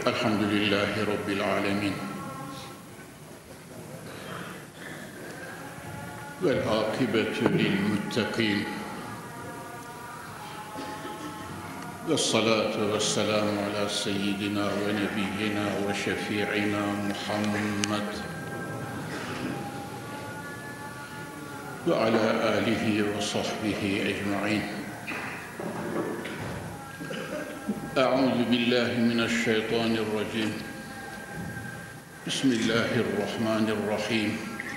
Elhamdülillahi Rabbil alemin. Vel akibetü lil muttaqin. Ve salatu ve selamu ala seyyidina ve nebiyyina ve şefi'ina Muhammed ve ala alihi ve sahbihi ecma'in. Euzu billahi mineşşeytanirracim. Bismillahirrahmanirrahim.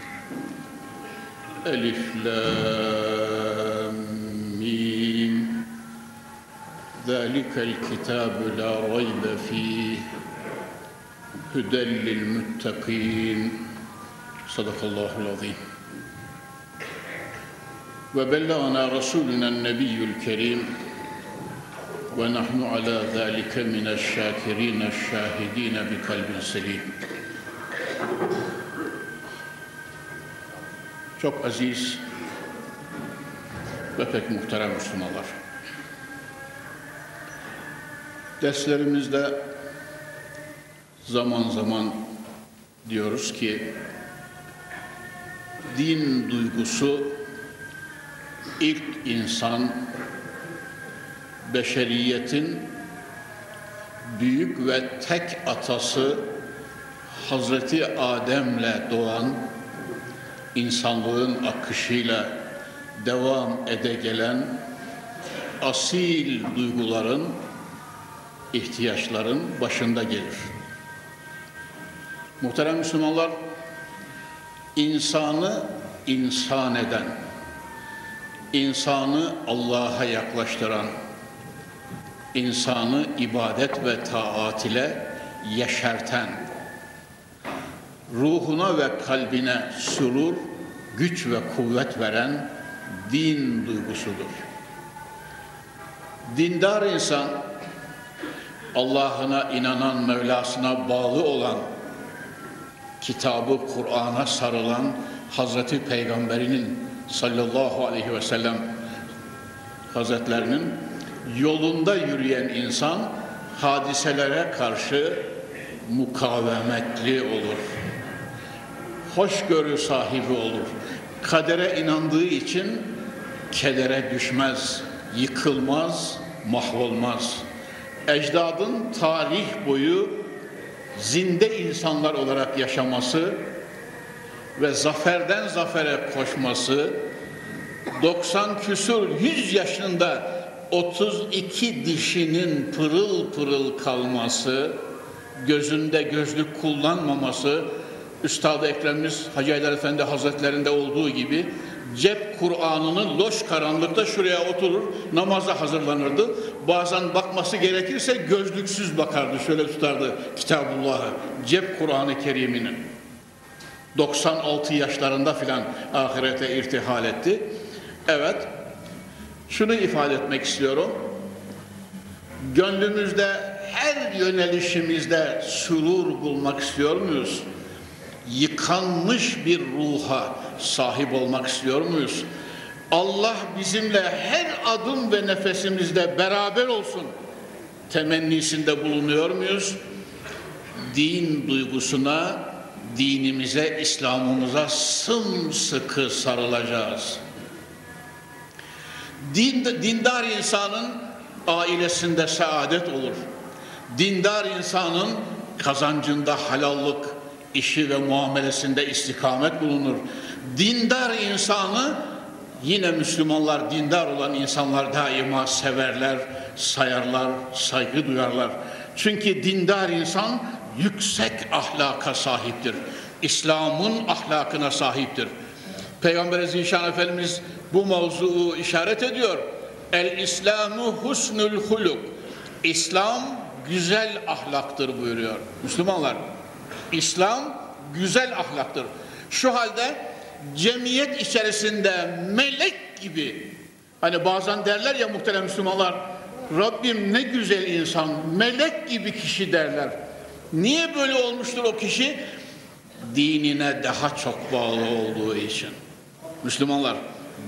Elif lam mim. Zalikel kitabu la raybe fih. Huden lil muttaqin. Sadakallahul azim. Ve bellagana rasuluna nebiyyul kerim. Ve nahnu ala zâlike mineşşâkirîne şâhidîne bi kalbin selîm. Çok aziz ve pek muhterem Müslümanlar. Derslerimizde zaman zaman diyoruz ki din duygusu ilk insan, beşeriyetin büyük ve tek atası Hazreti Adem'le doğan, insanlığın akışıyla devam ede gelen asil duyguların, ihtiyaçların başında gelir. Muhterem Müslümanlar, insanı insan eden, insanı Allah'a yaklaştıran, insanı ibadet ve taat ile yeşerten, ruhuna ve kalbine sürur, güç ve kuvvet veren din duygusudur. Dindar insan, Allah'ına inanan, Mevlasına bağlı olan, kitabı Kur'an'a sarılan Hazreti Peygamberinin sallallahu aleyhi ve sellem Hazretlerinin yolunda yürüyen insan hadiselere karşı mukavemetli olur. Hoşgörü sahibi olur. Kadere inandığı için kedere düşmez, yıkılmaz, mahvolmaz. Ecdadın tarih boyu zinde insanlar olarak yaşaması ve zaferden zafere koşması, 90 küsur 100 yaşında 32 dişinin pırıl pırıl kalması, gözünde gözlük kullanmaması, Üstad-ı Ekremimiz Hacı Haydar Efendi Hazretlerinde olduğu gibi cep Kur'an'ını loş karanlıkta şuraya oturur, namaza hazırlanırdı. Bazen bakması gerekirse gözlüksüz bakardı, şöyle tutardı Kitabullah'ı, cep Kur'an-ı Kerim'inin. 96 yaşlarında filan ahirete irtihal etti. Evet, şunu ifade etmek istiyorum. Gönlümüzde, her yönelişimizde sürur bulmak istiyor muyuz? Yıkanmış bir ruha sahip olmak istiyor muyuz? Allah bizimle her adım ve nefesimizde beraber olsun temennisinde bulunuyor muyuz? Din duygusuna, dinimize, İslam'ımıza sımsıkı sarılacağız. Dindar insanın ailesinde saadet olur. Dindar insanın kazancında halallık, işi ve muamelesinde istikamet bulunur. Dindar insanı yine Müslümanlar, dindar olan insanlar daima severler, sayarlar, saygı duyarlar. Çünkü dindar insan yüksek ahlaka sahiptir. İslam'ın ahlakına sahiptir. Peygamber Zişan Efendimiz bu mevzuu işaret ediyor. El-İslamu husnul huluk. İslam güzel ahlaktır buyuruyor. Müslümanlar, İslam güzel ahlaktır. Şu halde cemiyet içerisinde melek gibi, hani bazen derler ya muhterem Müslümanlar, Rabbim ne güzel insan, melek gibi kişi derler. Niye böyle olmuştur o kişi? Dinine daha çok bağlı olduğu için. Müslümanlar,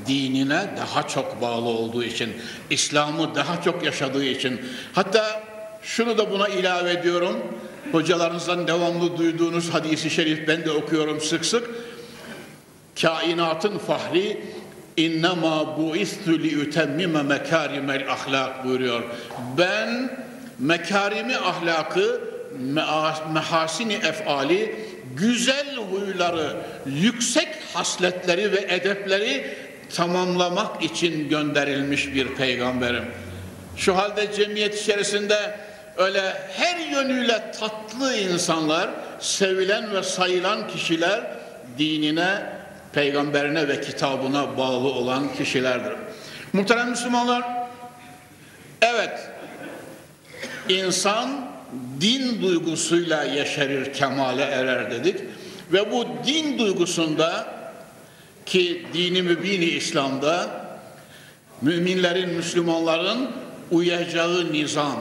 dinine daha çok bağlı olduğu için, İslam'ı daha çok yaşadığı için, hatta şunu da buna ilave ediyorum. Hocalarınızdan devamlı duyduğunuz hadisi şerif, ben de okuyorum sık sık. Kainatın fahri innema buistu li utemmime mekarimel ahlak buyuruyor. Ben mekarimi ahlakı, mehasini efali, güzel huyları, yüksek hasletleri ve edepleri tamamlamak için gönderilmiş bir peygamberim. Şu halde cemiyet içerisinde öyle her yönüyle tatlı insanlar, sevilen ve sayılan kişiler dinine, peygamberine ve kitabına bağlı olan kişilerdir. Muhterem Müslümanlar, evet, insan din duygusuyla yeşerir, kemale erer dedik. Ve bu din duygusunda ki dini mübini İslam'da müminlerin, Müslümanların uyacağı nizam,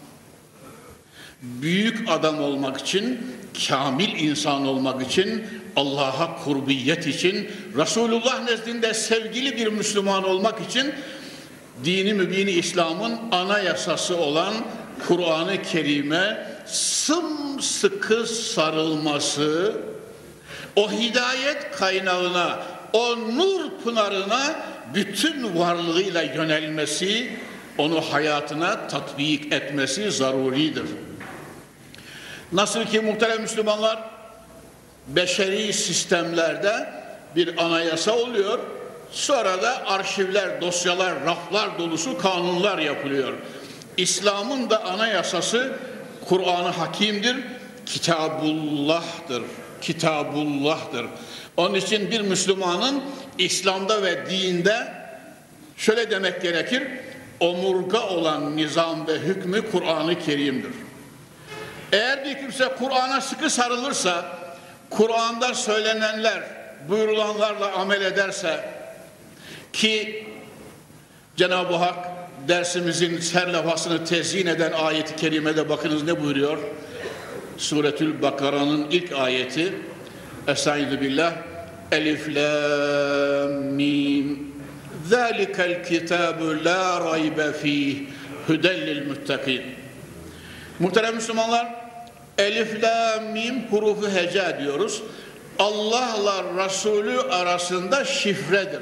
büyük adam olmak için, kamil insan olmak için, Allah'a kurbiyet için, Resulullah nezdinde sevgili bir Müslüman olmak için dini mübini İslam'ın anayasası olan Kur'an-ı Kerim'e sımsıkı sarılması, o hidayet kaynağına, o nur pınarına bütün varlığıyla yönelmesi, onu hayatına tatbik etmesi zaruridir. Nasıl ki muhterem Müslümanlar, beşeri sistemlerde bir anayasa oluyor, sonra da arşivler, dosyalar, raflar dolusu kanunlar yapılıyor. İslam'ın da anayasası Kur'an-ı Hakim'dir, Kitabullah'tır. Kitabullah'tır. Onun için bir Müslümanın İslam'da ve dinde şöyle demek gerekir, omurga olan nizam ve hükmü Kur'an-ı Kerim'dir. Eğer bir kimse Kur'an'a sıkı sarılırsa, Kur'an'da söylenenler, buyurulanlarla amel ederse, ki Cenab-ı Hak dersimizin serlevhasını tezyin eden ayeti kerimede bakınız ne buyuruyor? Suretül Bakara'nın ilk ayeti, Estaizu billah, Elif Lam Mim, Zalikel kitabu la raybe fih, hudellil muttakin. Muhterem Müslümanlar, Elif Lam Mim hurufu heca diyoruz. Allah'la Resulü arasında şifredir.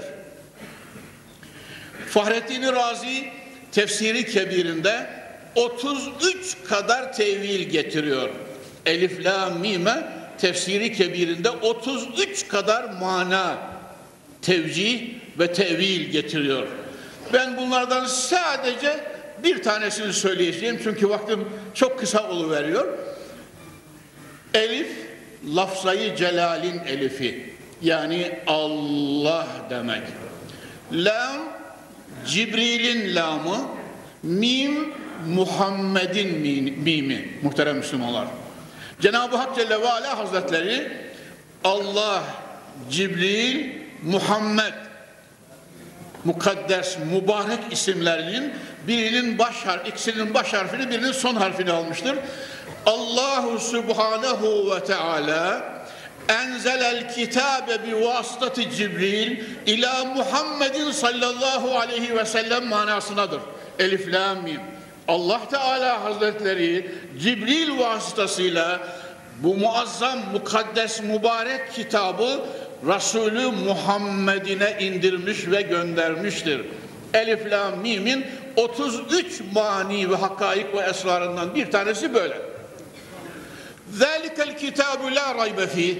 Fahrettin Razi tefsiri kebirinde 33 kadar tevil getiriyor. Elif Lam Mim'e tefsiri kebirinde 33 kadar mana, tevcih ve tevil getiriyor. Ben bunlardan sadece bir tanesini söyleyeceğim çünkü vaktim çok kısa oluveriyor. Elif, lafzayı celalin elifi, yani Allah demek. Lam, Cibril'in lamı, mim, Muhammed'in mimi, muhterem Müslümanlar. Cenab-ı Hak Celle ve Ala Hazretleri Allah, Cibril, Muhammed mukaddes, mübarek isimlerinin birinin ikisinin baş harfini, birinin son harfini almıştır. Allahu Subhanahu ve Teala enzelel kitabe bi vasıtati Cibril ila Muhammedin sallallahu aleyhi ve sellem manasınadır. Elif Lam Mim. Allah Teala Hazretleri Cibril vasıtasıyla bu muazzam, mukaddes, mübarek kitabı Resulü Muhammed'ine indirmiş ve göndermiştir. Elif Lam Mim'in 33 mani ve hakaik ve esrarından bir tanesi böyle. Zalikel kitabu la raybe fih.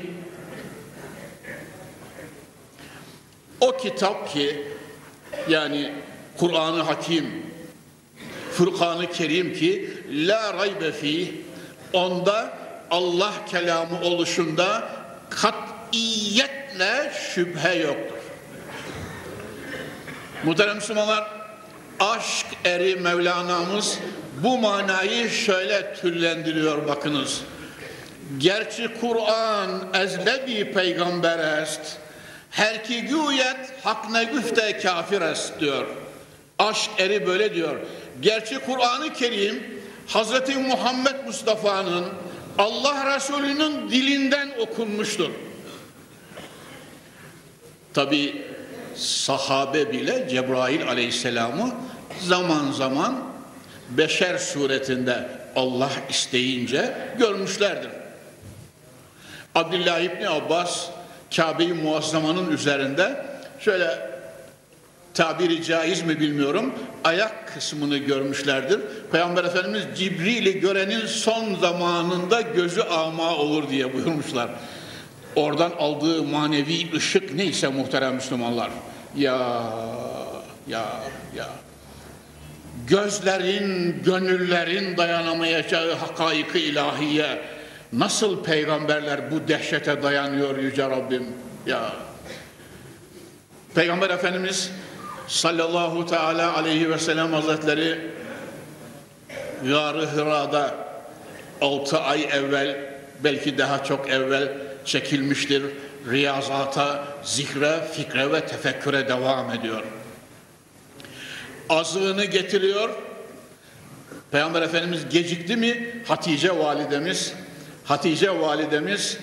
O kitap ki, yani Kur'an-ı Hakim, Furkan-ı Kerim ki la raybe fih, onda Allah kelamı oluşunda katiyetle şüphe yoktur. Muhterem Müslümanlar, aşk eri Mevlana'mız bu manayı şöyle türlendiriyor, bakınız. Gerçi Kur'an ezlebi peygamber est, her ki güyet hak ne güfte kafir est diyor. Aşk eri böyle diyor. Gerçi Kur'an-ı Kerim Hazreti Muhammed Mustafa'nın, Allah Resulü'nün dilinden okunmuştur. Tabi sahabe bile Cebrail Aleyhisselam'ı zaman zaman beşer suretinde, Allah isteyince görmüşlerdir. Abdullah İbni Abbas Kabe-i Muazzama'nın üzerinde şöyle, tabiri caiz mi bilmiyorum, ayak kısmını görmüşlerdir. Peygamber Efendimiz Cibril'i görenin son zamanında gözü ama olur diye buyurmuşlar. Oradan aldığı manevi ışık neyse muhterem Müslümanlar. Ya. Gözlerin, gönüllerin dayanamayacağı hakaik-i ilahiye nasıl peygamberler bu dehşete dayanıyor Yüce Rabbim? Ya. Peygamber Efendimiz sallallahu teala aleyhi ve sellem Hazretleri Gâr-ı Hıra'da 6 ay evvel, belki daha çok evvel çekilmiştir. Riyazata, zikre, fikre ve tefekküre devam ediyor. Azığını getiriyor. Peygamber Efendimiz gecikti mi? Hatice validemiz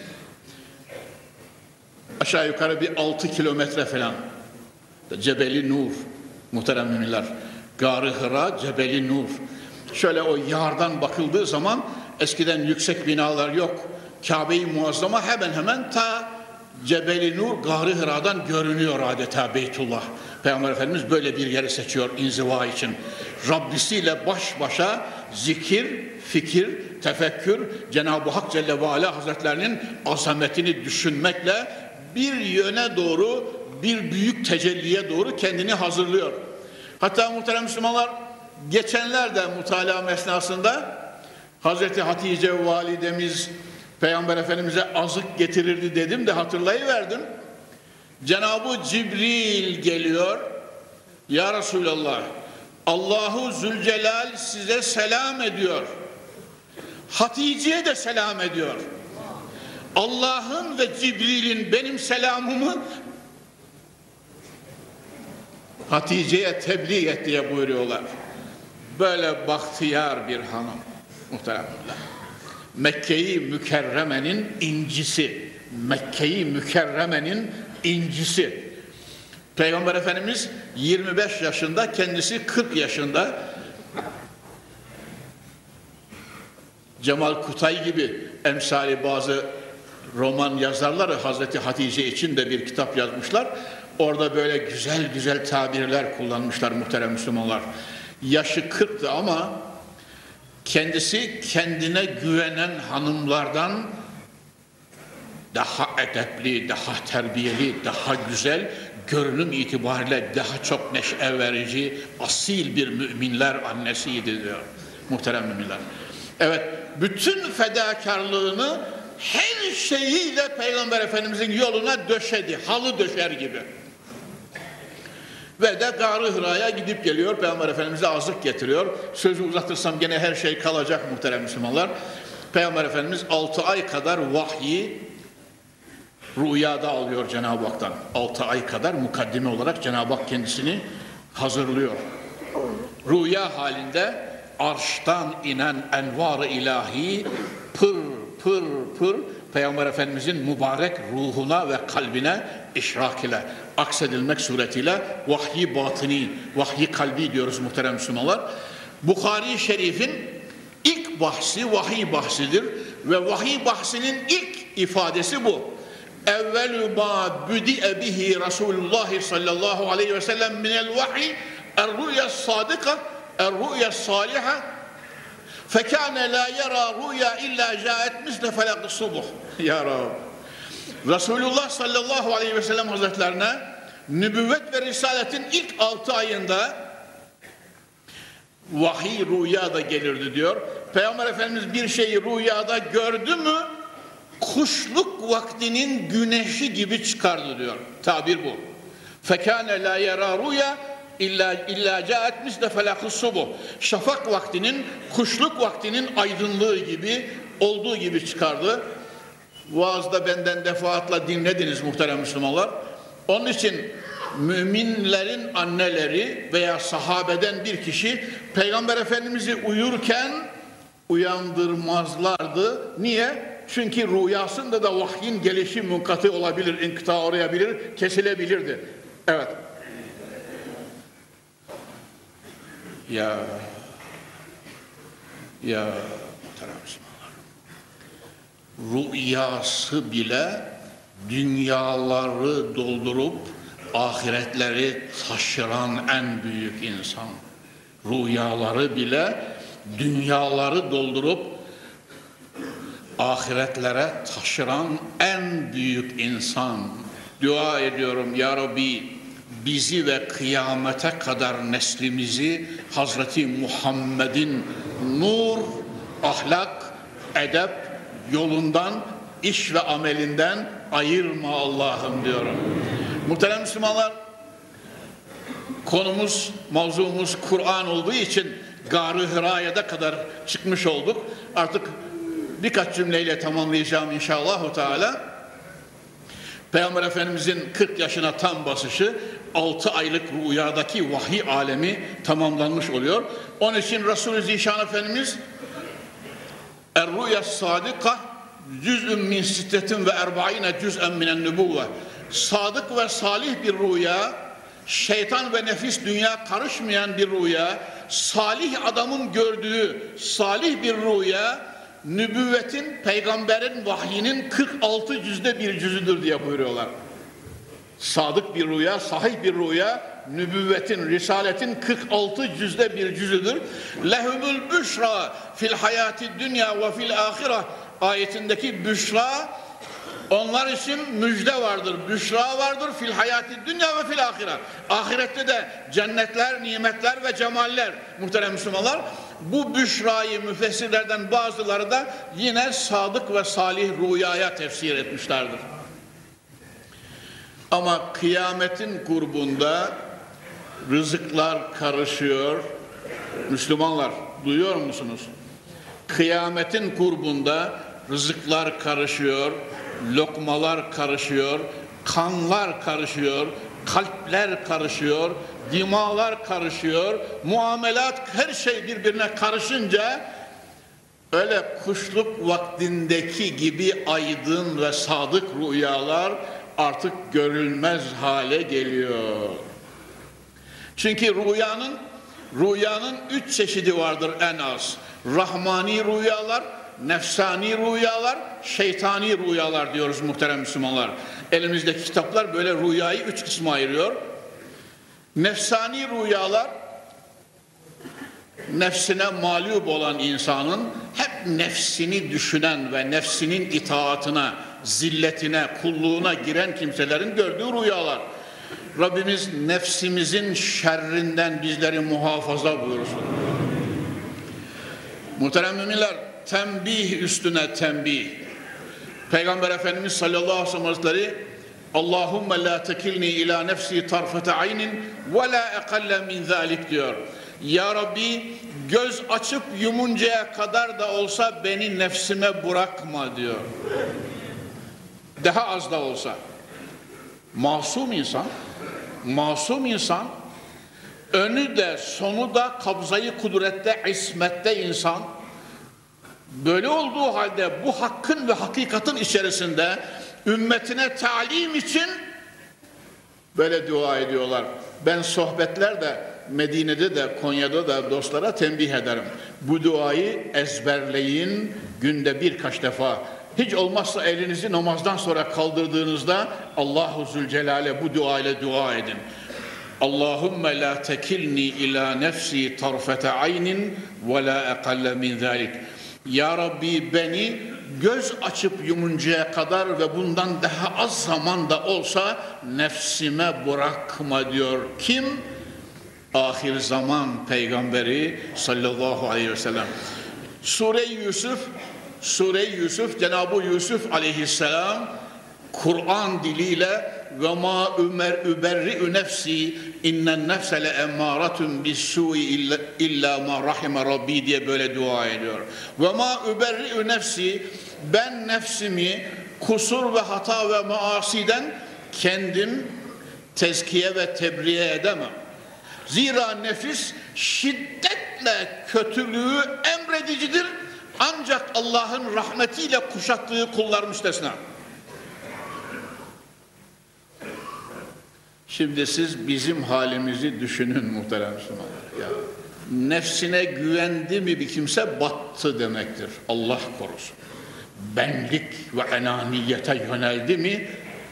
aşağı yukarı bir 6 kilometre falan. Cebeli Nur, muhterem müminler. Gâr-ı Hıra, Cebeli Nur. Şöyle o yardan bakıldığı zaman eskiden yüksek binalar yok. Kabe-i Muazzama hemen hemen ta Cebeli Nur, Gâr-ı Hıra'dan görünüyor adeta Beytullah. Peygamber Efendimiz böyle bir yeri seçiyor inziva için. Rabbisiyle baş başa zikir, fikir, tefekkür, Cenab-ı Hak Celle ve Ala Hazretlerinin azametini düşünmekle bir yöne doğru, bir büyük tecelliye doğru kendini hazırlıyor. Hatta muhterem Müslümanlar, geçenlerde mutala esnasında Hazreti Hatice validemiz Peygamber Efendimiz'e azık getirirdi dedim de hatırlayıverdim. Cenab-ı Cibril geliyor. Ya Resulallah, Allahu Zülcelal size selam ediyor. Hatice'ye de selam ediyor. Allah'ın ve Cibril'in benim selamımı Hatice'ye tebliğ et diye buyuruyorlar. Böyle bahtiyar bir hanım muhteremler. Mekke-i Mükerreme'nin incisi. Mekke-i Mükerreme'nin incisi. Peygamber Efendimiz 25 yaşında, kendisi 40 yaşında. Cemal Kutay gibi emsali bazı roman yazarları Hazreti Hatice için de bir kitap yazmışlar. Orada böyle güzel güzel tabirler kullanmışlar muhterem Müslümanlar. Yaşı 40'tı ama kendisi kendine güvenen hanımlardan daha edepli, daha terbiyeli, daha güzel, görünüm itibariyle daha çok neşe verici, asil bir müminler annesiydi diyor muhterem müminler. Evet, bütün fedakarlığını her şeyiyle Peygamber Efendimizin yoluna döşedi, halı döşer gibi. Ve de Gâr-ı Hıra'ya gidip geliyor, Peygamber Efendimiz'e azık getiriyor. Sözü uzatırsam gene her şey kalacak muhterem Müslümanlar. Peygamber Efendimiz 6 ay kadar vahyi rüyada alıyor Cenab-ı Hak'tan. 6 ay kadar mukaddime olarak Cenab-ı Hak kendisini hazırlıyor. Rüya halinde arştan inen envar-ı ilahi pır pır pır Peygamber Efendimizin mübarek ruhuna ve kalbine işrak ile, aksedilmek suretiyle vahyi batini, vahyi kalbi diyoruz muhterem Müslümanlar. Bukhari Şerif'in ilk bahsi vahiy bahsidir ve vahiy bahsinin ilk ifadesi bu. Evvelü ma büdi'e bihi Resulullah sallallahu aleyhi ve sellem minel vahiy er-rü'ya sadıka er-rü'ya saliha fekâne la yara rü'ya illa câet misle felak subuh. Ya Rab, Resulullah sallallahu aleyhi ve sellem hazretlerine nübüvvet ve risaletin ilk 6 ayında vahiy rüyada gelirdi diyor. Peygamber Efendimiz bir şeyi rüyada gördü mü kuşluk vaktinin güneşi gibi çıkardı diyor. Tabir bu. Fekâne lâ yerâ rüya illa câet misle felâkı subuh. Şafak vaktinin, kuşluk vaktinin aydınlığı gibi, olduğu gibi çıkardı. Vaazda benden defaatla dinlediniz muhterem Müslümanlar. Onun için müminlerin anneleri veya sahabeden bir kişi Peygamber Efendimiz'i uyurken uyandırmazlardı. Niye? Çünkü rüyasında da vahyin gelişi munkatı olabilir, inkıta uğrayabilir, kesilebilirdi. Evet. Ya Ya muhterem Müslümanlar, rüyası bile dünyaları doldurup ahiretleri taşıran en büyük insan. Rüyaları bile dünyaları doldurup ahiretlere taşıran en büyük insan. Dua ediyorum ya Rabbi, bizi ve kıyamete kadar neslimizi Hazreti Muhammed'in nur, ahlak, edep yolundan, iş ve amelinden ayırma Allah'ım diyorum. Muhterem Müslümanlar, konumuz, mavzumuz Kur'an olduğu için Gâr-ı Hira'ya kadar çıkmış olduk. Artık birkaç cümleyle tamamlayacağım inşallah Teala. Peygamber Efendimizin 40 yaşına tam basışı, 6 aylık rüyadaki vahiy alemi tamamlanmış oluyor. Onun için Resul-i Zişan Efendimiz Er-Rüya Sadika cüz'ün min sittetin ve erba'ine cüz'en minen nübuvve. Sadık ve salih bir rüya, şeytan ve nefis dünya karışmayan bir rüya, salih adamın gördüğü salih bir rüya, nübüvvetin, peygamberin vahyinin 46 cüzde bir cüzüdür diye buyuruyorlar. Sadık bir rüya, sahih bir rüya, nübüvvetin, risaletin 46 cüzde bir cüzüdür. Lehumul büşra fil hayati dünya ve fil ahire ayetindeki büşra, onlar için müjde vardır, büşra vardır fil hayati dünya ve fil ahire. Ahirette de cennetler, nimetler ve cemaller muhterem Müslümanlar. Bu büşrayı müfessirlerden bazıları da yine sadık ve salih rüyaya tefsir etmişlerdir. Ama kıyametin kurbunda rızıklar karışıyor. Müslümanlar duyuyor musunuz? Kıyametin kurbunda rızıklar karışıyor, lokmalar karışıyor, kanlar karışıyor, kalpler karışıyor, dimalar karışıyor, muamelat, her şey birbirine karışınca öyle kuşluk vaktindeki gibi aydın ve sadık rüyalar artık görülmez hale geliyor. Çünkü rüyanın 3 çeşidi vardır en az. Rahmani rüyalar, nefsani rüyalar, şeytani rüyalar diyoruz muhterem Müslümanlar. Elimizdeki kitaplar böyle rüyayı 3 kısma ayırıyor. Nefsani rüyalar, nefsine mağlup olan insanın hep nefsini düşünen ve nefsinin itaatına, zilletine, kulluğuna giren kimselerin gördüğü rüyalar. Rabbimiz nefsimizin şerrinden bizleri muhafaza buyursun. Muhterem müminler, tembih üstüne tembih. Peygamber Efendimiz sallallahu aleyhi ve sellem Hazretleri Allahümme la tekilni ila nefsi tarfete aynin ve la ekalle min zalik diyor. Ya Rabbi, göz açıp yumuncaya kadar da olsa beni nefsime bırakma diyor. Daha az da olsa. Masum insan, önü de sonu da kabzayı kudrette, ismette insan. Böyle olduğu halde bu hakkın ve hakikatin içerisinde ümmetine talim için böyle dua ediyorlar. Ben sohbetlerde Medine'de de Konya'da da dostlara tembih ederim. Bu duayı ezberleyin günde birkaç defa. Hiç olmazsa elinizi namazdan sonra kaldırdığınızda Allahu Zülcelal'e bu dua ile dua edin. Allahümme la tekilni ila nefsi tarfete aynin ve la ekalle min zalik. Ya Rabbi, beni göz açıp yumuncaya kadar ve bundan daha az zamanda olsa nefsime bırakma diyor. Kim? Ahir zaman peygamberi sallallahu aleyhi ve sellem. Sure-i Yusuf, Cenab-ı Yusuf aleyhisselam Kur'an diliyle ve ma überri'u nefsi innen nefse le emmâratun bis-sû'i illa ma rahime rabbi diye böyle dua ediyor. Ve ma überri'u nefsi, ben nefsimi kusur ve hata ve maasiden kendim tezkiye ve tebriye edemem. Zira nefis şiddetle kötülüğü emredicidir. Ancak Allah'ın rahmetiyle kuşattığı kullar müstesna. Şimdi siz bizim halimizi düşünün muhterem Müslümanlar. Ya, Nefsine güvendi mi bir kimse battı demektir. Allah korusun. Benlik ve enaniyete yöneldi mi,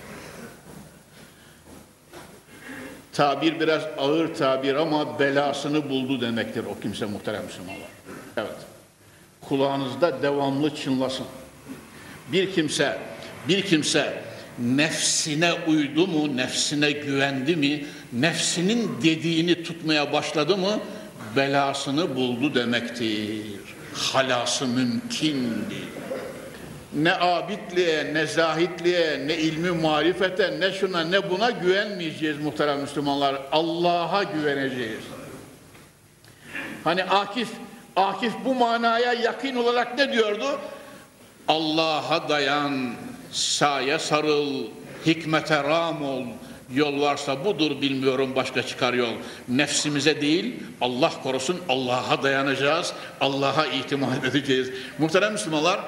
tabir biraz ağır tabir ama belasını buldu demektir o kimse muhterem Müslümanlar. Evet. Kulağınızda devamlı çınlasın. Bir kimse nefsine uydu mu, nefsine güvendi mi, nefsinin dediğini tutmaya başladı mı, belasını buldu demektir. Halası mümkün değil. Ne abidliğe, ne zahitliğe, ne ilmi marifete, ne şuna ne buna güvenmeyeceğiz muhterem Müslümanlar. Allah'a güveneceğiz. Hani Akif bu manaya yakın olarak ne diyordu? Allah'a dayan, saye sarıl, hikmete ram ol. Yol varsa budur, bilmiyorum başka çıkar yol. Nefsimize değil, Allah korusun, Allah'a dayanacağız, Allah'a itimat edeceğiz. Muhterem Müslümanlar,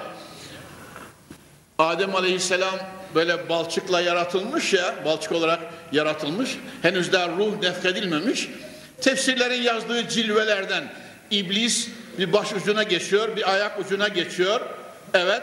Adem Aleyhisselam böyle balçıkla yaratılmış ya, balçık olarak yaratılmış. Henüz daha ruh nefkedilmemiş. Tefsirlerin yazdığı cilvelerden iblis bir baş ucuna geçiyor, bir ayak ucuna geçiyor. Evet.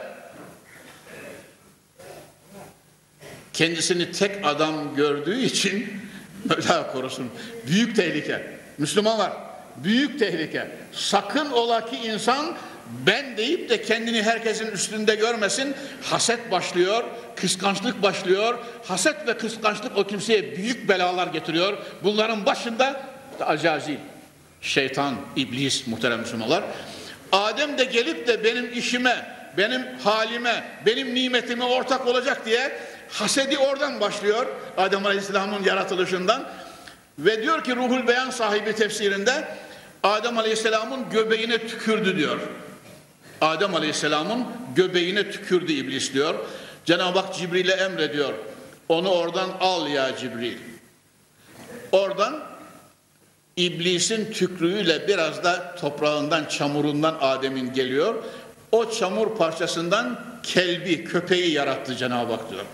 Kendisini tek adam gördüğü için Allah korusun. Büyük tehlike. Müslümanlar, büyük tehlike. Sakın ola ki insan ben deyip de kendini herkesin üstünde görmesin. Haset başlıyor, kıskançlık başlıyor. Haset ve kıskançlık o kimseye büyük belalar getiriyor. Bunların başında Acazil, şeytan, iblis muhterem Müslümanlar. Adem de gelip de benim işime, benim halime, benim nimetime ortak olacak diye hasedi oradan başlıyor. Adem Aleyhisselam'ın yaratılışından. Ve diyor ki Ruhul Beyan sahibi tefsirinde Adem Aleyhisselam'ın göbeğine tükürdü diyor. Adem Aleyhisselam'ın göbeğine tükürdü iblis diyor. Cenab-ı Hak Cibril'e emrediyor. Onu oradan al ya Cibril. Oradan iblisin tükrüğüyle biraz da toprağından, çamurundan Adem'in geliyor. O çamur parçasından kelbi, köpeği yarattı Cenab-ı Hak diyor.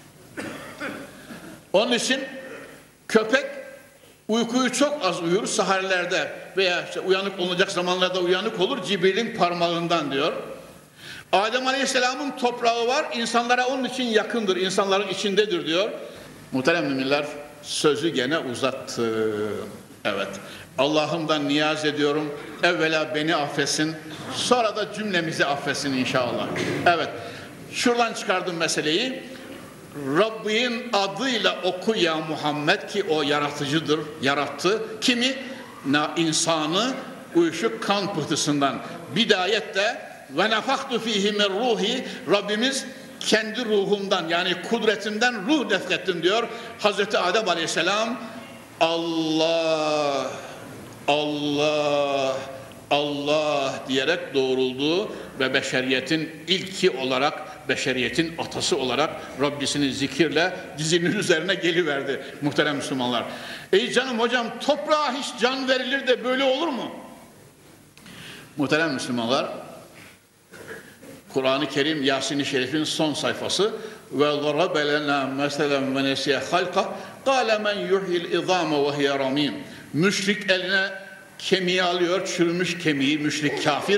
Onun için köpek uykuyu çok az uyur saharlerde veya işte uyanık olacak zamanlarda uyanık olur Cibril'in parmağından diyor. Adem Aleyhisselam'ın toprağı var, insanlara onun için yakındır, insanların içindedir diyor. Muhterem müminler, sözü gene uzattı. Evet. Allah'ımdan niyaz ediyorum. Evvela beni affetsin, sonra da cümlemizi affetsin inşallah. Evet. Şuradan çıkardım meseleyi. Rabbin adıyla oku ya Muhammed ki o yaratıcıdır, yarattı. Kimi? İnsanı uyuşuk kan pıhtısından. Bidayette ve nefaktu fihi min ruhi, Rabbimiz kendi ruhumdan yani kudretinden ruh nefkettim diyor. Hazreti Adem Aleyhisselam Allah, Allah, Allah diyerek doğruldu ve beşeriyetin ilki olarak, beşeriyetin atası olarak Rabbisini zikirle dizinin üzerine geliverdi muhterem Müslümanlar. Ey canım hocam, toprağa hiç can verilir de böyle olur mu? Muhterem Müslümanlar, Kur'an-ı Kerim Yasin-i Şerif'in son sayfası ve ضَرَبَ لَنَا مَثَلًا وَنَسِيَ خَلْقَهُ قَالَ مَنْ يُحْيِ الْاِظَامَ وَهِيَ رَمِيمٌ. Müşrik eline kemiği alıyor, çürümüş kemiği, müşrik kafir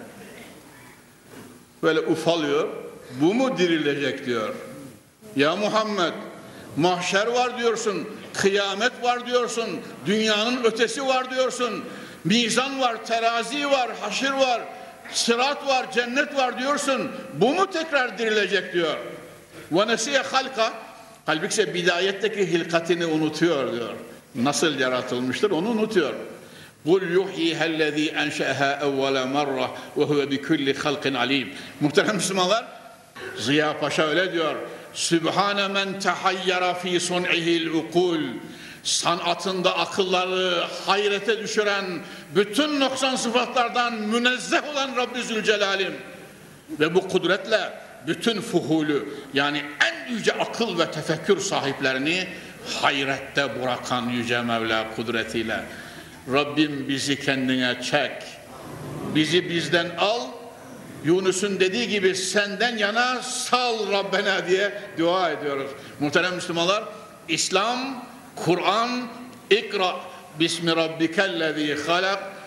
böyle ufalıyor. Bu mu dirilecek diyor. Ya Muhammed, mahşer var diyorsun, kıyamet var diyorsun, dünyanın ötesi var diyorsun, mizan var, terazi var, haşir var, sırat var, cennet var diyorsun. Bu mu tekrar dirilecek diyor. وَنَسِيَ خَلْقَ. Halbuki ise bidayetteki hilkatini unutuyor diyor. Nasıl yaratılmıştır onu unutuyor. قُلْ يُحْيِهَا الَّذ۪ي اَنْشَأَهَا اَوَّلَ مَرَّةً وَهُوَ بِكُلِّ خَلْقٍ عَلِيمٍ. Muhterem Müslümanlar, Ziya Paşa öyle diyor. Sübhane men tehayyara fi sun'ihil ukul. Sanatında akılları hayrete düşüren, bütün noksan sıfatlardan münezzeh olan Rabbi Zülcelal'im. Ve bu kudretle bütün fuhulü, yani en yüce akıl ve tefekkür sahiplerini hayrette bırakan yüce Mevla kudretiyle. Rabbim bizi kendine çek, bizi bizden al, Yunus'un dediği gibi senden yana sal Rabbena diye dua ediyoruz. Muhterem Müslümanlar, İslam, Kur'an, İkra bismi rabbikellezî halak,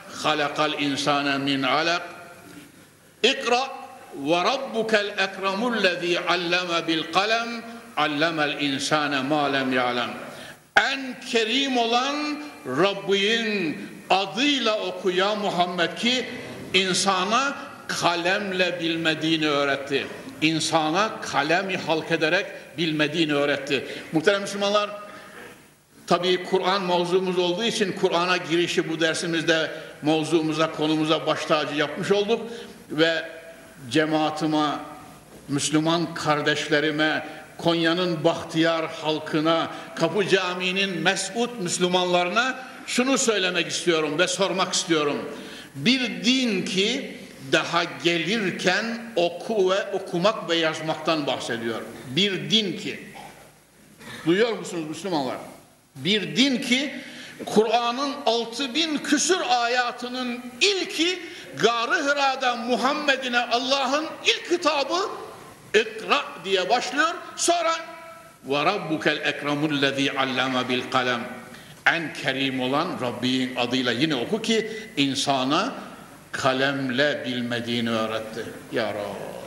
halakal insane min alak. İkra ve rabbukel ekremullezî alleme bil kalem allemel insane ma lem ya'lem. En kerim olan Rabbin adıyla oku ya Muhammed ki insana kalemle bilmediğini öğretti. İnsana kalemi halk ederek bilmediğini öğretti. Muhterem Müslümanlar, tabii Kur'an mevzumuz olduğu için Kur'an'a girişi bu dersimizde mevzumuza, konumuza baş tacı yapmış olduk ve cemaatime, Müslüman kardeşlerime, Konya'nın Bahtiyar halkına, Kapı Camii'nin mesut Müslümanlarına şunu söylemek istiyorum ve sormak istiyorum. Bir din ki daha gelirken oku ve okumak ve yazmaktan bahsediyor. Bir din ki, duyuyor musunuz Müslümanlar? Bir din ki Kur'an'ın 6000 küsur ayatının ilki Gâr-ı Hira'da Muhammed'ine Allah'ın ilk kitabı İkra diye başlıyor. Sonra ve rabbukel ekremullezî alleme bil kalem. En kerim olan Rabbin adıyla yine oku ki insana kalemle bilmediğini öğretti. Ya Rabbi.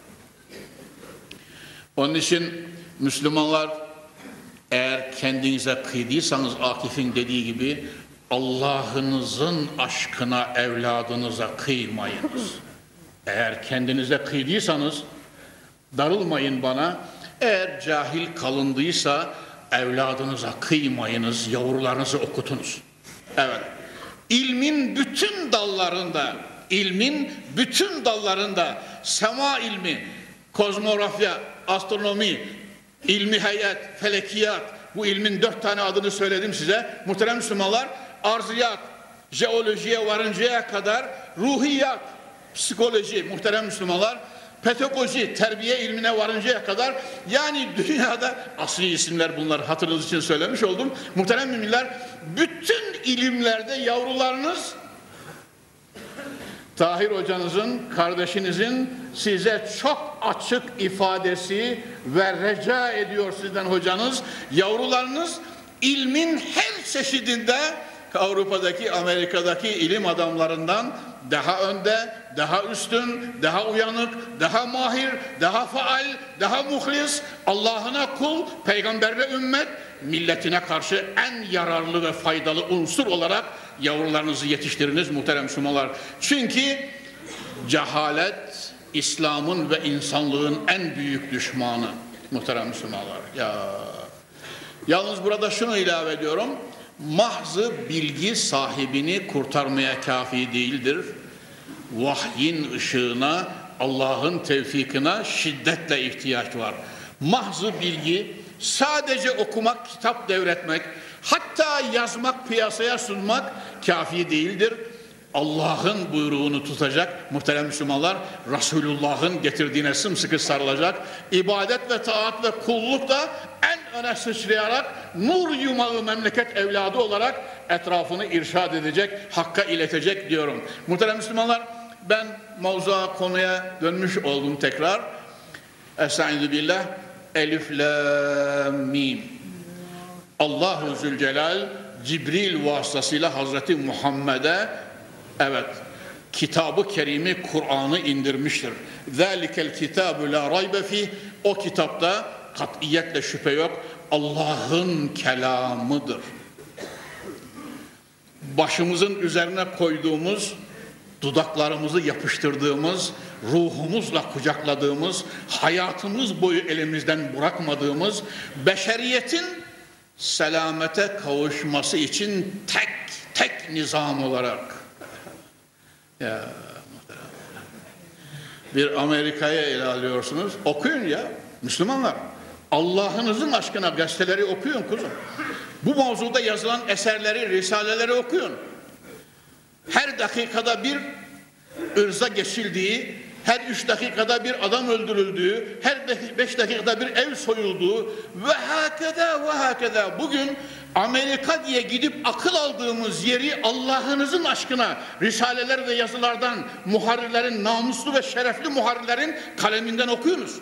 Onun için Müslümanlar, eğer kendinize kıydıysanız Akif'in dediği gibi Allah'ınızın aşkına evladınıza kıymayınız. Eğer kendinize kıydıysanız darılmayın bana. Eğer cahil kalındıysa evladınıza kıymayınız, yavrularınızı okutunuz. Evet. İlmin bütün dallarında sema ilmi, kozmografya, astronomi, ilmi hayat, felekiyat, bu ilmin 4 tane adını söyledim size. Muhterem Müslümanlar, arziyat, jeolojiye varıncaya kadar ruhiyat, psikoloji, muhterem Müslümanlar, pedagoji, terbiye ilmine varıncaya kadar, yani dünyada asli isimler bunlar, hatırınız için söylemiş oldum. Muhterem müminler, bütün ilimlerde yavrularınız Tahir hocanızın, kardeşinizin size çok açık ifadesi ve rica ediyor sizden hocanız, yavrularınız ilmin her çeşidinde Avrupa'daki, Amerika'daki ilim adamlarından daha önde, daha üstün, daha uyanık, daha mahir, daha faal, daha muhlis, Allah'ına kul, peygamberle ümmet, milletine karşı en yararlı ve faydalı unsur olarak yavrularınızı yetiştiriniz muhterem Müslümanlar. Çünkü cehalet İslam'ın ve insanlığın en büyük düşmanı muhterem Müslümanlar. Yalnız burada şunu ilave ediyorum. Mahzı bilgi sahibini kurtarmaya kafi değildir. Vahyin ışığına, Allah'ın tevfikine şiddetle ihtiyaç var. Mahzı bilgi, sadece okumak, kitap devretmek, hatta yazmak, piyasaya sunmak kafi değildir. Allah'ın buyruğunu tutacak muhterem Müslümanlar, Resulullah'ın getirdiğine sımsıkı sarılacak, ibadet ve taat ve kulluk da en öne sıçrayarak nur yumağı memleket evladı olarak etrafını irşad edecek, hakka iletecek diyorum. Muhterem Müslümanlar, ben mevzua, konuya dönmüş oldum tekrar. Estaizu billah. Elif lam mim. Allahu Zülcelal Cibril vasıtasıyla Hazreti Muhammed'e kitabı kerimi Kur'an'ı indirmiştir. Zalikel kitabu la raybe fih. O kitapta katiyetle şüphe yok, Allah'ın kelamıdır. Başımızın üzerine koyduğumuz, dudaklarımızı yapıştırdığımız, ruhumuzla kucakladığımız, hayatımız boyu elimizden bırakmadığımız, beşeriyetin selamete kavuşması için tek nizam olarak. Bir Amerika'ya ele alıyorsunuz, okuyun ya Müslümanlar. Allah'ınızın aşkına gazeteleri okuyun kuzum. Bu mevzuda yazılan eserleri, risaleleri okuyun. Her dakikada bir ırza geçildiği, her 3 dakikada bir adam öldürüldüğü, her 5 dakikada bir ev soyulduğu ve hakeza. Bugün Amerika diye gidip akıl aldığımız yeri Allah'ınızın aşkına risaleler ve yazılardan muharrirlerin, namuslu ve şerefli muharrirlerin kaleminden okuyunuz.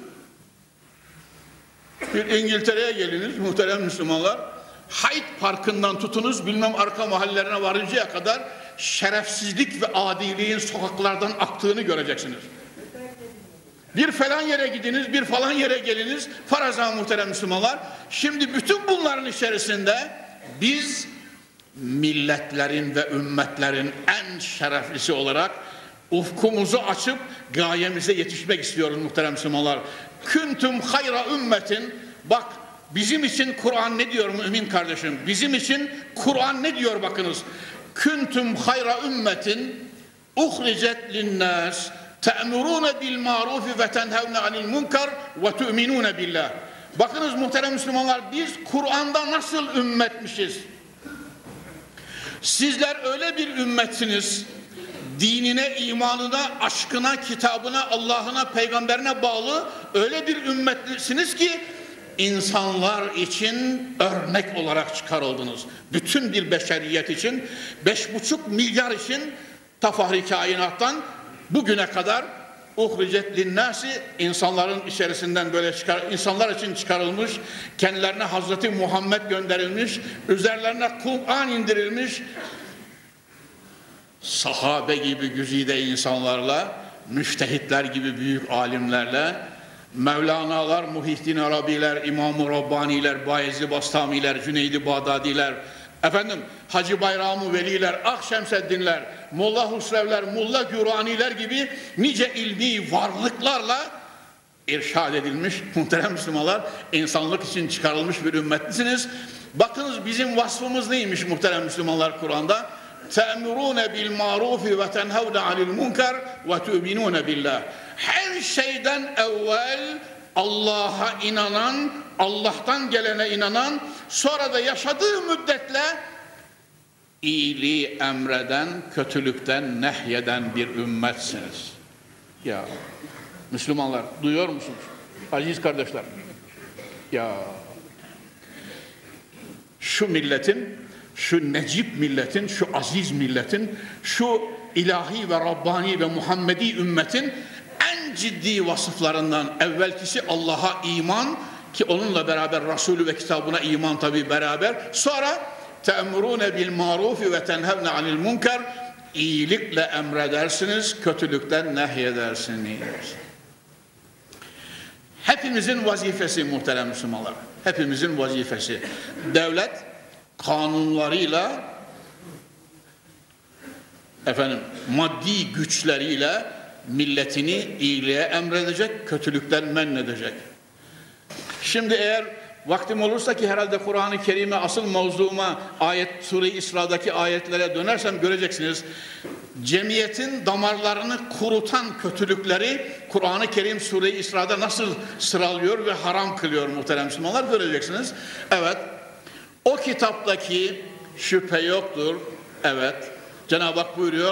Bir İngiltere'ye geliniz muhterem Müslümanlar. Hyde Parkı'ndan tutunuz bilmem arka mahallelerine varıncaya kadar şerefsizlik ve adiliğin sokaklardan aktığını göreceksiniz. Bir falan yere gidiniz, bir falan yere geliniz, faraza muhterem Müslümanlar. Şimdi bütün bunların içerisinde biz milletlerin ve ümmetlerin en şereflisi olarak ufkumuzu açıp gayemize yetişmek istiyoruz muhterem Müslümanlar. Küntüm hayra ümmetin. Bak bizim için Kur'an ne diyor mümin kardeşim? Bizim için Kur'an ne diyor bakınız. Küntüm hayra ümmetin uhricet linnâs te'murûne bil ma'rufi ve tenhevne anil munkar ve tu'minûne billah. Bakınız muhterem Müslümanlar, biz Kur'an'da nasıl ümmetmişiz? Sizler öyle bir ümmetsiniz, dinine, imanına, aşkına, kitabına, Allah'ına, peygamberine bağlı öyle bir ümmetlisiniz ki insanlar için örnek olarak çıkarıldınız. Bütün bir beşeriyet için, 5,5 milyar için tafahri kainattan bugüne kadar uhricet linnâsi, insanların içerisinden böyle insanlar için çıkarılmış, kendilerine Hazreti Muhammed gönderilmiş, üzerlerine Kur'an indirilmiş, sahabe gibi güzide insanlarla, müştehitler gibi büyük alimlerle, Mevlana'lar, Muhyiddin Arabiler, İmam-ı Rabbaniler, Bayezid Bastamiler, Cüneydi Bağdadiler, efendim Hacı Bayram-ı Veliler, Akşemseddinler, Molla Husrevler, Molla Güraniler gibi nice ilmi varlıklarla irşad edilmiş muhterem Müslümanlar, insanlık için çıkarılmış bir ümmetlisiniz. Bakınız bizim vasfımız neymiş muhterem Müslümanlar Kur'an'da? Te'murûne bil ma'rufi ve tenhevne anil munkar ve tu'minûne billah. Her şeyden evvel Allah'a inanan, Allah'tan gelene inanan, sonra da yaşadığı müddetle iyiliği emreden, kötülükten nehyeden bir ümmetsiniz. Ya Müslümanlar, duyuyor musunuz? Aziz kardeşler, ya şu milletin, şu necip milletin, şu aziz milletin, şu ilahi ve Rabbani ve Muhammedi ümmetin en ciddi vasıflarından evvelkisi Allah'a iman, ki onunla beraber Resulü ve kitabına iman tabi beraber. Sonra te'murûne bil ma'rufi ve tenhevne anil munkar, iyilikle emredersiniz, kötülükten nehyedersiniz. Hepimizin vazifesi muhterem Müslümanlar, hepimizin vazifesi. Devlet kanunlarıyla, efendim maddi güçleriyle milletini iyiliğe emredecek, kötülükten men edecek. Şimdi eğer vaktim olursa, ki herhalde Kur'an-ı Kerim'e, asıl mevzuma, Sure-i İsra'daki ayetlere dönersem göreceksiniz. Cemiyetin damarlarını kurutan kötülükleri Kur'an-ı Kerim Sure-i İsra'da nasıl sıralıyor ve haram kılıyor muhterem Müslümanlar, göreceksiniz. Evet, o kitaptaki şüphe yoktur. Evet, Cenab-ı Hak buyuruyor,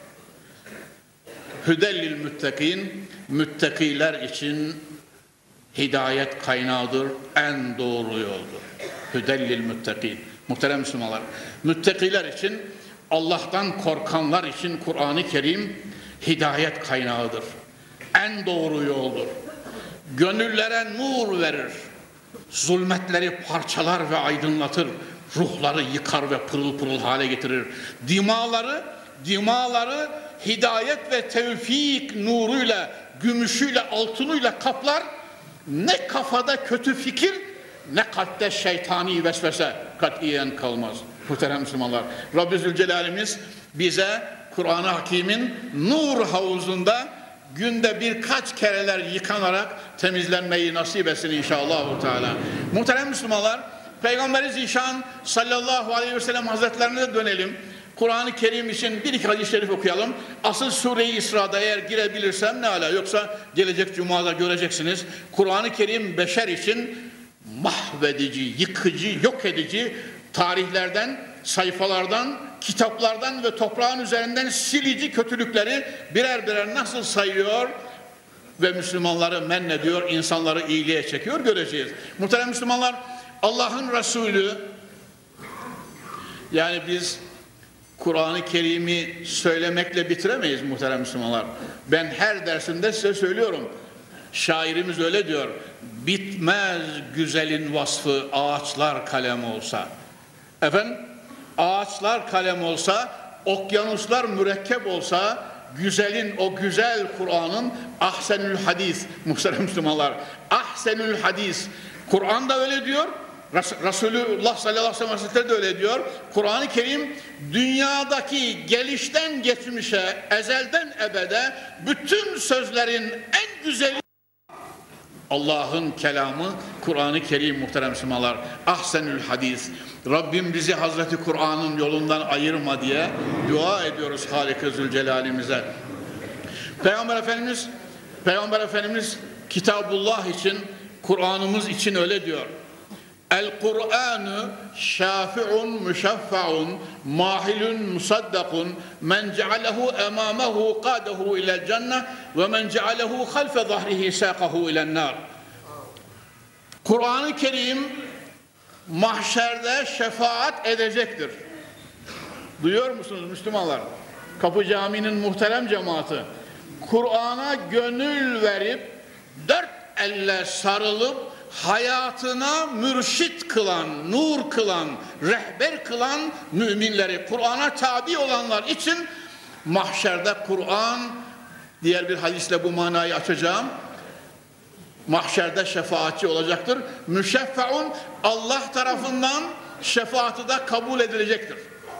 Hüdellil müttekin, müttakiler için hidayet kaynağıdır, en doğru yoldur. Hüdellil müttakin. Muhterem Müslümanlar, müttakiler için, Allah'tan korkanlar için Kur'an-ı Kerim hidayet kaynağıdır. En doğru yoldur. Gönüllere nur verir. Zulmetleri parçalar ve aydınlatır. Ruhları yıkar ve pırıl pırıl hale getirir. Dimaları hidayet ve tevfik nuruyla, gümüşüyle, altınıyla kaplar. Ne kafada kötü fikir, ne kalpte şeytani vesvese katiyen kalmaz. Muhterem Müslümanlar, Rabbi Zülcelal'imiz bize Kur'an-ı Hakim'in nur havuzunda günde birkaç kereler yıkanarak temizlenmeyi nasip etsin inşallah Teala. Muhterem Müslümanlar, Peygamberi Zişan sallallahu aleyhi ve sellem Hazretlerine de dönelim. Kur'an-ı Kerim için bir iki hadis-i şerif okuyalım. Asıl Sure-i İsra'da eğer girebilirsem ne ala, yoksa gelecek Cuma'da göreceksiniz. Kur'an-ı Kerim beşer için mahvedici, yıkıcı, yok edici, tarihlerden, sayfalardan, kitaplardan ve toprağın üzerinden silici kötülükleri birer birer nasıl sayıyor ve Müslümanları men ediyor, insanları iyiliğe çekiyor göreceğiz. Muhterem Müslümanlar, Allah'ın Resulü, yani biz Kur'an-ı Kerim'i söylemekle bitiremeyiz muhterem Müslümanlar. Ben her dersimde size söylüyorum. Şairimiz öyle diyor. Bitmez güzelin vasfı ağaçlar kalem olsa. Efendim, ağaçlar kalem olsa okyanuslar mürekkep olsa, güzelin, o güzel Kur'an'ın ahsenül hadis, muhterem Müslümanlar, ahsenül hadis. Kur'an da öyle diyor, Resulullah sallallahu aleyhi ve sellem de öyle diyor. Kur'an-ı Kerim dünyadaki gelişten geçmişe, ezelden ebede bütün sözlerin en güzeli Allah'ın kelamı Kur'an-ı Kerim, muhterem Müslümanlar. Ahsenül hadis. Rabbim bizi Hazreti Kur'an'ın yolundan ayırma diye dua ediyoruz Halik-i Zülcelal'imize. Peygamber Efendimiz Kitabullah için, Kur'an'ımız için öyle diyor. El-Kur'anu şafi'un müşeffa'un mahilun musaddakun men cealehu emamahu qadehu ilel cennet ve men cealehu halfe zahrihi saqahu ilen nar. Kur'an-ı Kerim mahşerde şefaat edecektir. Duyuyor musunuz Müslümanlar? Kapı Camii'nin muhterem cemaati, Kur'an'a gönül verip dört elle sarılıp hayatına mürşit kılan, nur kılan, rehber kılan müminleri, Kur'an'a tabi olanlar için mahşerde Kur'an, diğer bir hadisle bu manayı açacağım, mahşerde şefaatçi olacaktır. Müşeffeun, Allah tarafından şefaati de kabul edilecektir.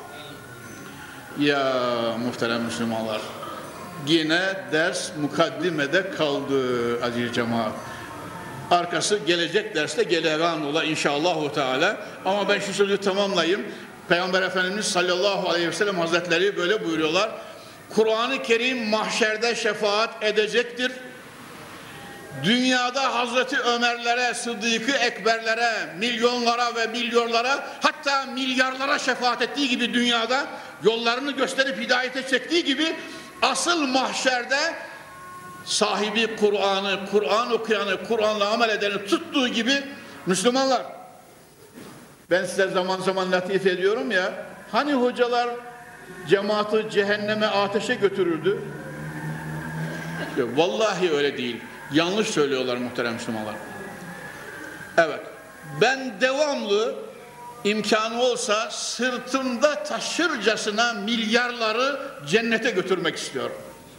Ya muhterem Müslümanlar, yine ders mukaddimede kaldı aziz cemaat. Arkası gelecek derste gelegan ola inşallahu teala. Ama ben şu sözü tamamlayayım. Peygamber Efendimiz sallallahu aleyhi ve sellem Hazretleri böyle buyuruyorlar. Kur'an-ı Kerim mahşerde şefaat edecektir. Dünyada Hazreti Ömerlere, Sıddık-ı Ekberlere, milyonlara ve milyonlara, hatta milyarlara şefaat ettiği gibi dünyada yollarını gösterip hidayete çektiği gibi asıl mahşerde sahibi Kur'an'ı, Kur'an okuyanı, Kur'an'la amel edeni tuttuğu gibi Müslümanlar, ben size zaman zaman latif ediyorum ya, hani hocalar cemaati cehenneme, ateşe götürürdü? Vallahi öyle değil. Yanlış söylüyorlar muhterem Müslümanlar. Evet, ben devamlı imkanı olsa sırtımda taşırcasına milyarları cennete götürmek istiyorum.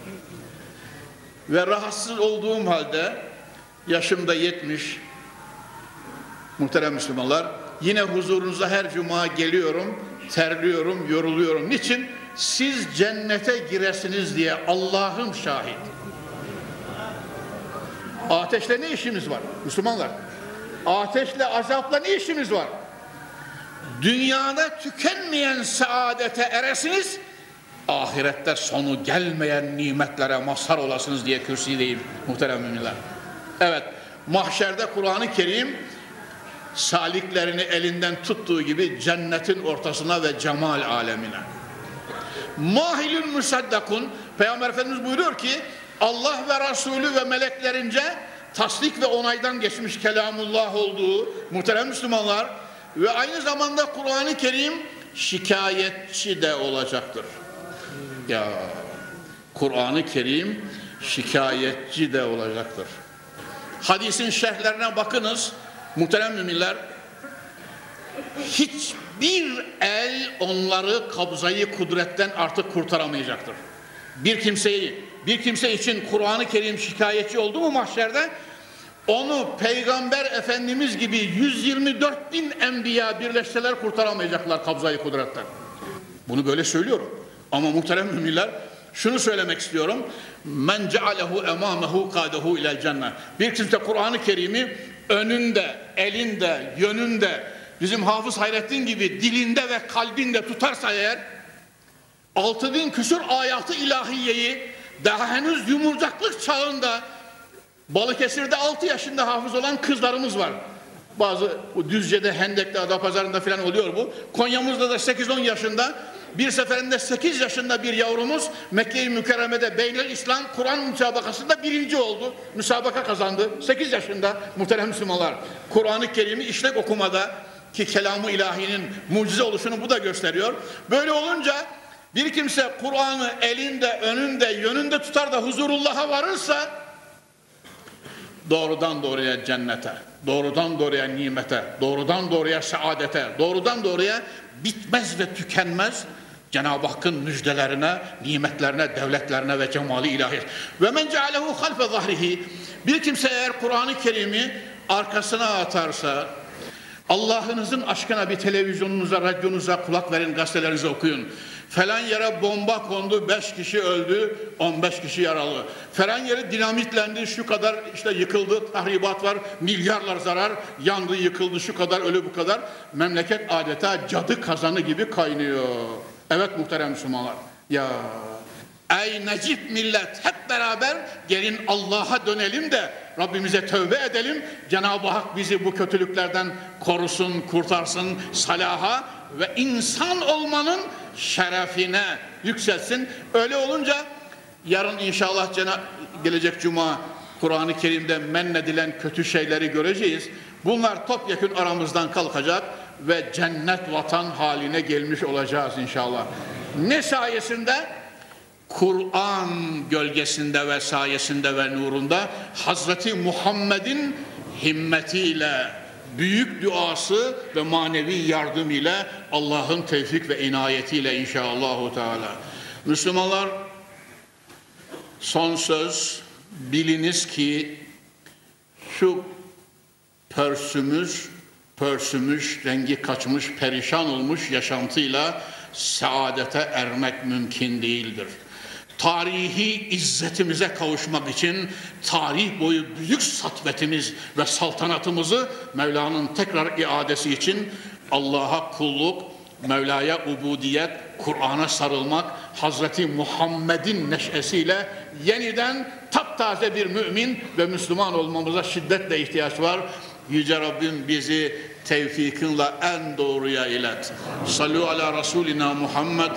Ve rahatsız olduğum halde, yaşımda 70, muhterem Müslümanlar, yine huzurunuza her cuma geliyorum, terliyorum, yoruluyorum. Niçin? Siz cennete giresiniz diye, Allah'ım şahit. Ateşle ne işimiz var Müslümanlar? Ateşle, azapla ne işimiz var? Dünyada tükenmeyen saadete eresiniz, ahirette sonu gelmeyen nimetlere mazhar olasınız diye kürsüdeyim muhterem müminler. Evet, mahşerde Kur'an-ı Kerim saliklerini elinden tuttuğu gibi cennetin ortasına ve cemal alemine. Mahilün müsaddakun, Peygamber Efendimiz buyuruyor ki Allah ve Resulü ve meleklerince tasdik ve onaydan geçmiş kelamullah olduğu muhterem Müslümanlar ve aynı zamanda Kur'an-ı Kerim şikayetçi de olacaktır. Ya Kur'an-ı Kerim şikayetçi de olacaktır. Hadisin şerhlerine bakınız muhterem müminler. Hiçbir el onları kabzayı kudretten artık kurtaramayacaktır. Bir kimse için Kur'an-ı Kerim şikayetçi oldu mu mahşerde, onu Peygamber Efendimiz gibi 124.000 enbiya birleşseler kurtaramayacaklar kabzayı kudretten. Bunu böyle söylüyorum. Ama muhterem müminler, şunu söylemek istiyorum. Men cealehu emamehu kadehu ilel cennet. Bir kimse Kur'an-ı Kerim'i önünde, elinde, yönünde, bizim Hafız Hayrettin gibi dilinde ve kalbinde tutarsa eğer, 6000 küsur ayatı ilahiyeyi daha henüz yumurcaklık çağında, Balıkesir'de 6 yaşında hafız olan kızlarımız var. Bazı Düzce'de, Hendek'te, Adapazarı'nda falan oluyor bu. Konya'mızda da 8-10 yaşında, bir seferinde 8 yaşında bir yavrumuz Mekke-i Mükerreme'de Beynel İslam Kur'an müsabakasında 1. oldu. Müsabaka kazandı. 8 yaşında muhterem Müslümanlar. Kur'an-ı Kerim'i işlek okumada ki kelamı ilahinin mucize oluşunu bu da gösteriyor. Böyle olunca bir kimse Kur'an'ı elinde, önünde, yönünde tutar da huzurullah'a varırsa doğrudan doğruya cennete, doğrudan doğruya nimete, doğrudan doğruya saadete, doğrudan doğruya bitmez ve tükenmez Cenab-ı Hakk'ın müjdelerine, nimetlerine, devletlerine ve cemali ilahiyet. Ve men cealehu halfe zahrihi. Bir kimse eğer Kur'an-ı Kerim'i arkasına atarsa, Allah'ınızın aşkına bir televizyonunuza, radyonuza kulak verin, gazetelerinizi okuyun. Falan yere bomba kondu, 5 kişi öldü, 15 kişi yaralı. Falan yere dinamitlendi, şu kadar işte yıkıldı, tahribat var, milyarlar zarar, yandı, yıkıldı, şu kadar ölü, bu kadar. Memleket adeta cadı kazanı gibi kaynıyor. Evet muhterem Müslümanlar. Ya ey necip millet, hep beraber gelin Allah'a dönelim de Rabbimize tövbe edelim. Cenab-ı Hak bizi bu kötülüklerden korusun, kurtarsın, salaha ve insan olmanın şerefine yükselsin. Öyle olunca yarın inşallah gelecek cuma Kur'an-ı Kerim'de mennedilen kötü şeyleri göreceğiz. Bunlar topyekün aramızdan kalkacak ve cennet vatan haline gelmiş olacağız inşallah. Ne sayesinde? Kur'an gölgesinde ve sayesinde ve nurunda Hazreti Muhammed'in himmetiyle, büyük duası ve manevi yardım ile Allah'ın tevfik ve inayetiyle inşallahü teala. Müslümanlar, son söz, biliniz ki şu pörsümüş, rengi kaçmış, perişan olmuş yaşantıyla saadete ermek mümkün değildir. Tarihi izzetimize kavuşmak için tarih boyu büyük satvetimiz ve saltanatımızı Mevla'nın tekrar iadesi için Allah'a kulluk, Mevla'ya ubudiyet, Kur'an'a sarılmak, Hazreti Muhammed'in neşesiyle yeniden taptaze bir mümin ve Müslüman olmamıza şiddetle ihtiyaç var. Yüce Rabbim bizi tevfikinle en doğruya ilet. Sallu ala Resulina Muhammed.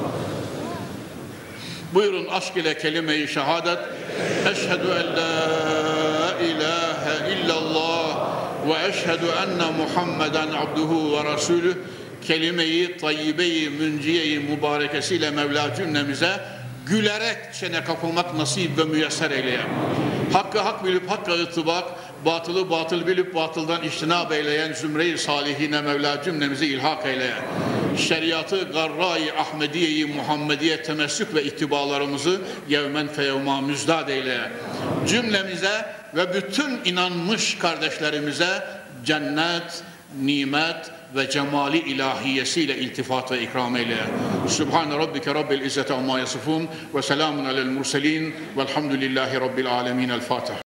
Buyurun aşk ile kelime-i şehadet. Eşhedü en la ilahe illallah ve eşhedü enne Muhammeden abduhu ve rasulüh. Kelime-i tayyibe-i münciye-i mübarekesiyle Mevla cümlemize gülerek çene kapılmak nasip ve müyesser eyleye. Hakkı hak bilip hakka ıttıbak, batılı batıl bilip batıldan içtinab eyleyen zümre-i salihine Mevla cümlemizi ilhak eyleye. Şeriatı garra-i Ahmediye-i Muhammediye temessük ve ittibalarımızı yevmen feyevma müzdad eyleye. Cümlemize ve bütün inanmış kardeşlerimize cennet, nimet ve cemali ilahiyesiyle iltifat ve ikram eyle. Subhane rabbike rabbil izzeti amma yasifun ve selamun alel murselin velhamdülillahi rabbil alemin. El Fatiha.